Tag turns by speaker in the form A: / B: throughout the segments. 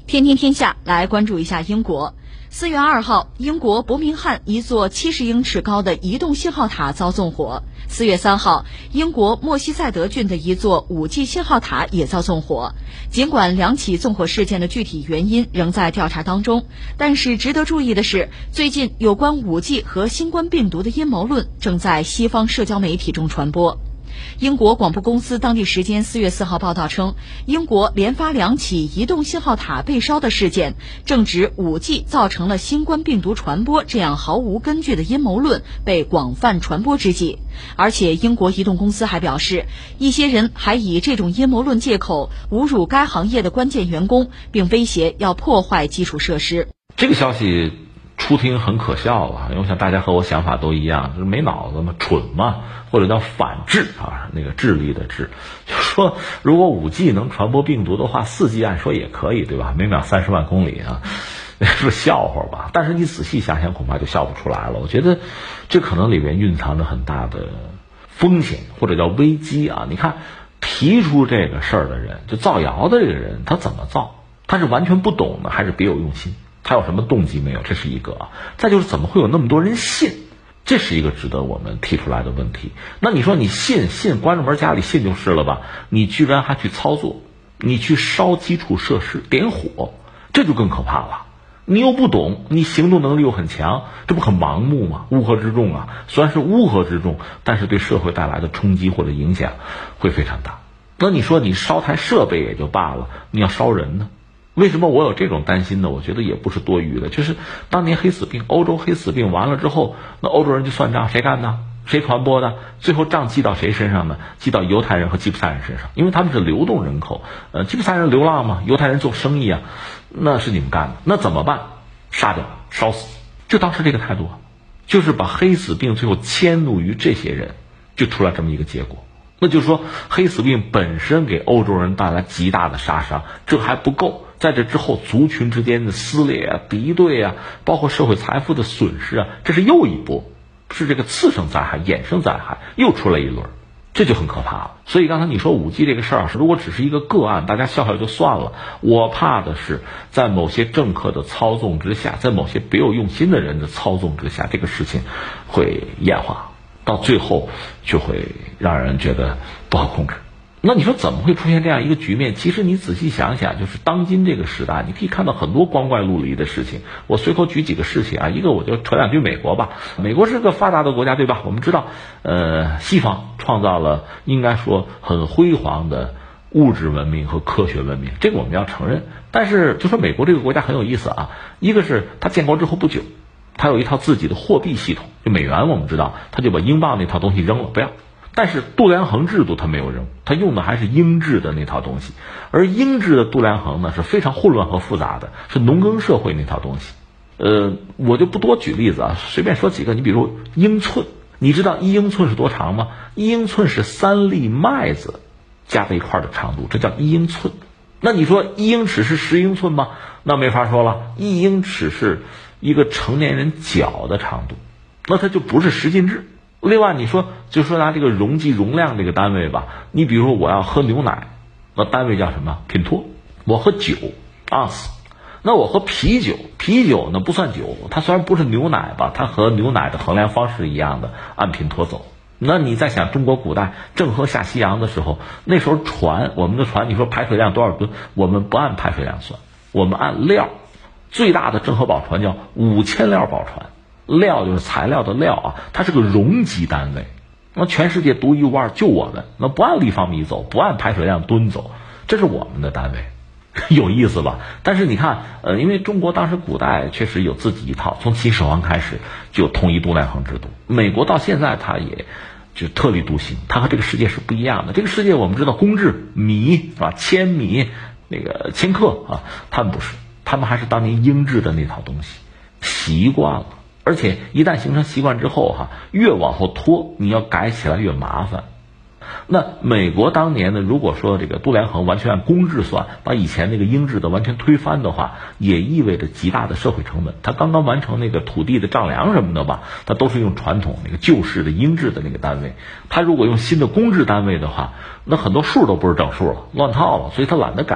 A: 天天天下来关注一下英国。4月2号，英国伯明翰一座70英尺高的移动信号塔遭纵火。4月3号，英国莫西塞德郡的一座5G 信号塔也遭纵火。尽管两起纵火事件的具体原因仍在调查当中，但是值得注意的是，最近有关5G 和新冠病毒的阴谋论正在西方社交媒体中传播。英国广播公司当地时间4月4号报道称，英国连发2起移动信号塔被烧的事件，正值5G 造成了新冠病毒传播这样毫无根据的阴谋论被广泛传播之际。而且英国移动公司还表示，一些人还以这种阴谋论借口侮辱该行业的关键员工，并威胁要破坏基础设施。
B: 这个消息初听很可笑了，因为我想大家和我想法都一样，就是没脑子嘛，蠢嘛，或者叫反智啊，那个智力的智。就说如果5G 能传播病毒的话，4G 按说也可以，对吧？每秒30万公里啊，是笑话吧？但是你仔细想想，恐怕就笑不出来了。我觉得这可能里面蕴藏着很大的风险，或者叫危机啊。你看提出这个事儿的人，就造谣的这个人，他怎么造？他是完全不懂呢，还是别有用心？他有什么动机没有？这是一个啊。再就是怎么会有那么多人信？这是一个值得我们提出来的问题。那你说你信关着门家里信就是了吧？你居然还去操作，你去烧基础设施点火，这就更可怕了。你又不懂，你行动能力又很强，这不很盲目吗？乌合之众啊！虽然是乌合之众，但是对社会带来的冲击或者影响会非常大。那你说你烧台设备也就罢了，你要烧人呢？为什么我有这种担心呢？我觉得也不是多余的。就是当年黑死病，欧洲黑死病完了之后，那欧洲人就算账，谁干的？谁传播的？最后账记到谁身上呢？记到犹太人和吉普赛人身上，因为他们是流动人口。吉普赛人流浪嘛，犹太人做生意啊，那是你们干的，那怎么办？杀掉，烧死，就当时这个态度啊，就是把黑死病最后迁怒于这些人，就出来这么一个结果。那就是说，黑死病本身给欧洲人带来极大的杀伤，这还不够。在这之后，族群之间的撕裂啊、敌对啊，包括社会财富的损失啊，这是又一波，是这个次生灾害、衍生灾害又出来一轮，这就很可怕了。所以刚才你说5G 这个事儿啊，如果只是一个个案，大家笑笑就算了。我怕的是，在某些政客的操纵之下，在某些别有用心的人的操纵之下，这个事情会演化，到最后就会让人觉得不好控制。那你说怎么会出现这样一个局面？其实你仔细想想，就是当今这个时代，你可以看到很多光怪陆离的事情。我随口举几个事情啊，一个我就扯两句美国吧。美国是个发达的国家，对吧？我们知道，西方创造了应该说很辉煌的物质文明和科学文明，这个我们要承认。但是就说美国这个国家很有意思啊，一个是它建国之后不久，它有一套自己的货币系统，就美元我们知道，它就把英镑那套东西扔了，不要。但是度量衡制度它没有扔，它用的还是英制的那套东西，而英制的度量衡呢是非常混乱和复杂的，是农耕社会那套东西。我就不多举例子啊，随便说几个。你比如英寸，你知道1英寸是多长吗？1英寸是3粒麦子加在一块的长度，这叫1英寸。那你说1英尺是10英寸吗？那没法说了，1英尺是一个成年人脚的长度，那它就不是10进制。另外你说就说拿这个容积容量这个单位吧，你比如说我要喝牛奶，那单位叫什么？品托。我喝酒，ounce。那我喝啤酒，啤酒呢不算酒，它虽然不是牛奶吧，它和牛奶的衡量方式一样的，按品托走。那你在想中国古代郑和下西洋的时候，那时候船，我们的船你说排水量多少吨？我们不按排水量算，我们按料。最大的郑和宝船叫5000料宝船。料就是材料的料啊，它是个容积单位。那全世界独一无二，就我们，那不按立方米走，不按排水量吨走，这是我们的单位，有意思吧？但是你看，因为中国当时古代确实有自己一套，从秦始皇开始就统一度量衡制度。美国到现在它也就特立独行，它和这个世界是不一样的。这个世界我们知道公制米是吧，千米那个千克啊，他们不是，他们还是当年英制的那套东西，习惯了。而且一旦形成习惯之后越往后拖，你要改起来越麻烦。那美国当年呢，如果说这个度量衡完全按公制算，把以前那个英制的完全推翻的话，也意味着极大的社会成本。它刚刚完成那个土地的丈量什么的吧，它都是用传统那个旧式的英制的那个单位。它如果用新的公制单位的话，那很多数都不是整数了，乱套了，所以它懒得改。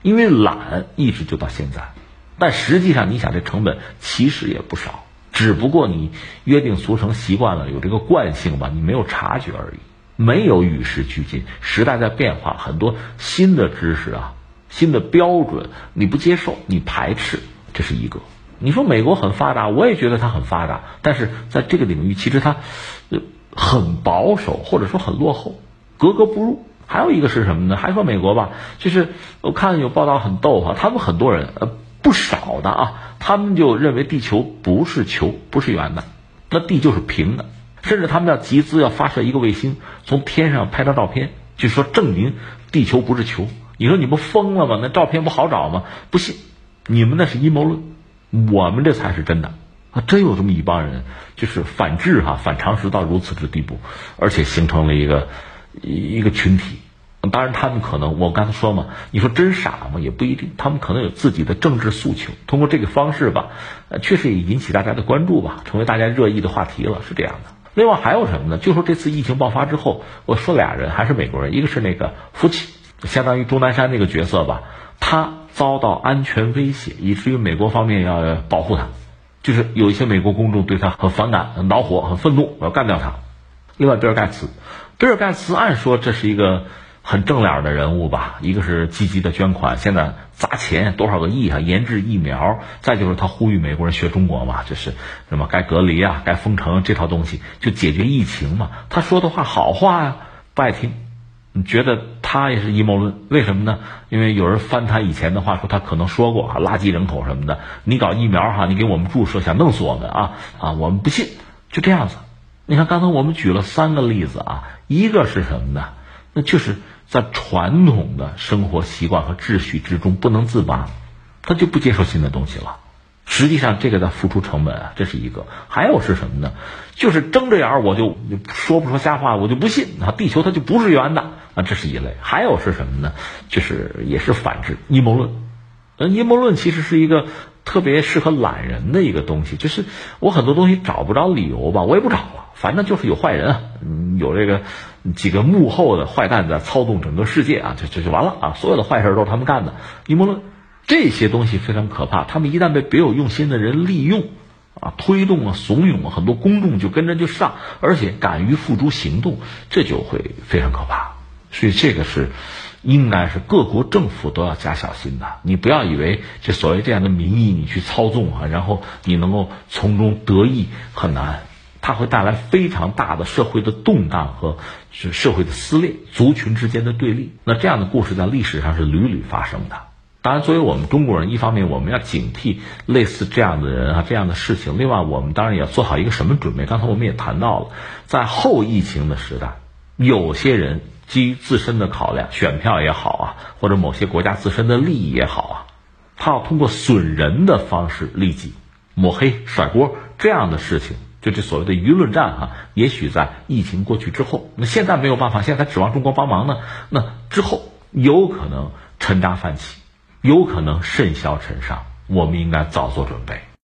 B: 因为懒一直就到现在。但实际上你想这成本其实也不少，只不过你约定俗成习惯了，有这个惯性吧，你没有察觉而已，没有与时俱进。时代在变化，很多新的知识啊，新的标准你不接受，你排斥，这是一个。你说美国很发达，我也觉得它很发达，但是在这个领域其实它很保守，或者说很落后，格格不入。还有一个是什么呢？还说美国吧，就是我看有报道很逗哈，他们很多人不少的啊，他们就认为地球不是球，不是圆的，那地就是平的，甚至他们要集资要发射一个卫星，从天上拍张照片，就说证明地球不是球。你说你不疯了吗？那照片不好找吗？不信，你们那是阴谋论，我们这才是真的啊！真有这么一帮人，就是反智哈，反常识到如此之地步，而且形成了一个群体。当然他们可能我刚才说嘛，你说真傻吗？也不一定，他们可能有自己的政治诉求，通过这个方式吧，确实也引起大家的关注吧，成为大家热议的话题了，是这样的。另外还有什么呢？就说这次疫情爆发之后，我说俩人还是美国人，一个是那个福奇，相当于钟南山那个角色吧，他遭到安全威胁，以至于美国方面要保护他，就是有一些美国公众对他很反感、很恼火、很愤怒，我要干掉他。另外比尔盖茨按说这是一个很正脸的人物吧，一个是积极的捐款，现在砸钱多少个亿啊，研制疫苗，再就是他呼吁美国人学中国嘛，这是什么该隔离啊，该封城这套东西，就解决疫情嘛。他说的话好话呀，不爱听，你觉得他也是阴谋论？为什么呢？因为有人翻他以前的话，说他可能说过垃圾人口什么的，你搞疫苗哈，你给我们注射，想弄死我们啊，我们不信，就这样子。你看刚才我们举了3个例子啊，一个是什么呢？那就是在传统的生活习惯和秩序之中不能自拔，他就不接受新的东西了。实际上这个在付出成本啊，这是一个。还有是什么呢？就是睁着眼我就说不说瞎话，我就不信啊，地球它就不是圆的啊，这是一类。还有是什么呢？就是也是反制阴谋论。阴谋论其实是一个特别适合懒人的一个东西，就是我很多东西找不着理由吧，我也不找了，反正就是有坏人啊，有这个几个幕后的坏蛋在操纵整个世界啊，这就完了啊，所有的坏事都是他们干的。阴谋论这些东西非常可怕，他们一旦被别有用心的人利用啊，推动啊，怂恿啊，很多公众就跟着就上，而且敢于付诸行动，这就会非常可怕。所以这个是应该是各国政府都要加小心的。你不要以为这所谓这样的民意你去操纵啊，然后你能够从中得益，很难。它会带来非常大的社会的动荡和社会的撕裂，族群之间的对立。那这样的故事在历史上是屡屡发生的。当然作为我们中国人，一方面我们要警惕类似这样的人啊，这样的事情，另外我们当然也要做好一个什么准备。刚才我们也谈到了，在后疫情的时代，有些人基于自身的考量，选票也好啊，或者某些国家自身的利益也好啊，他要通过损人的方式利己，抹黑甩锅这样的事情，就这所谓的舆论战哈，也许在疫情过去之后，那现在没有办法，现在指望中国帮忙呢，那之后有可能沉渣泛起，有可能甚嚣尘上，我们应该早做准备。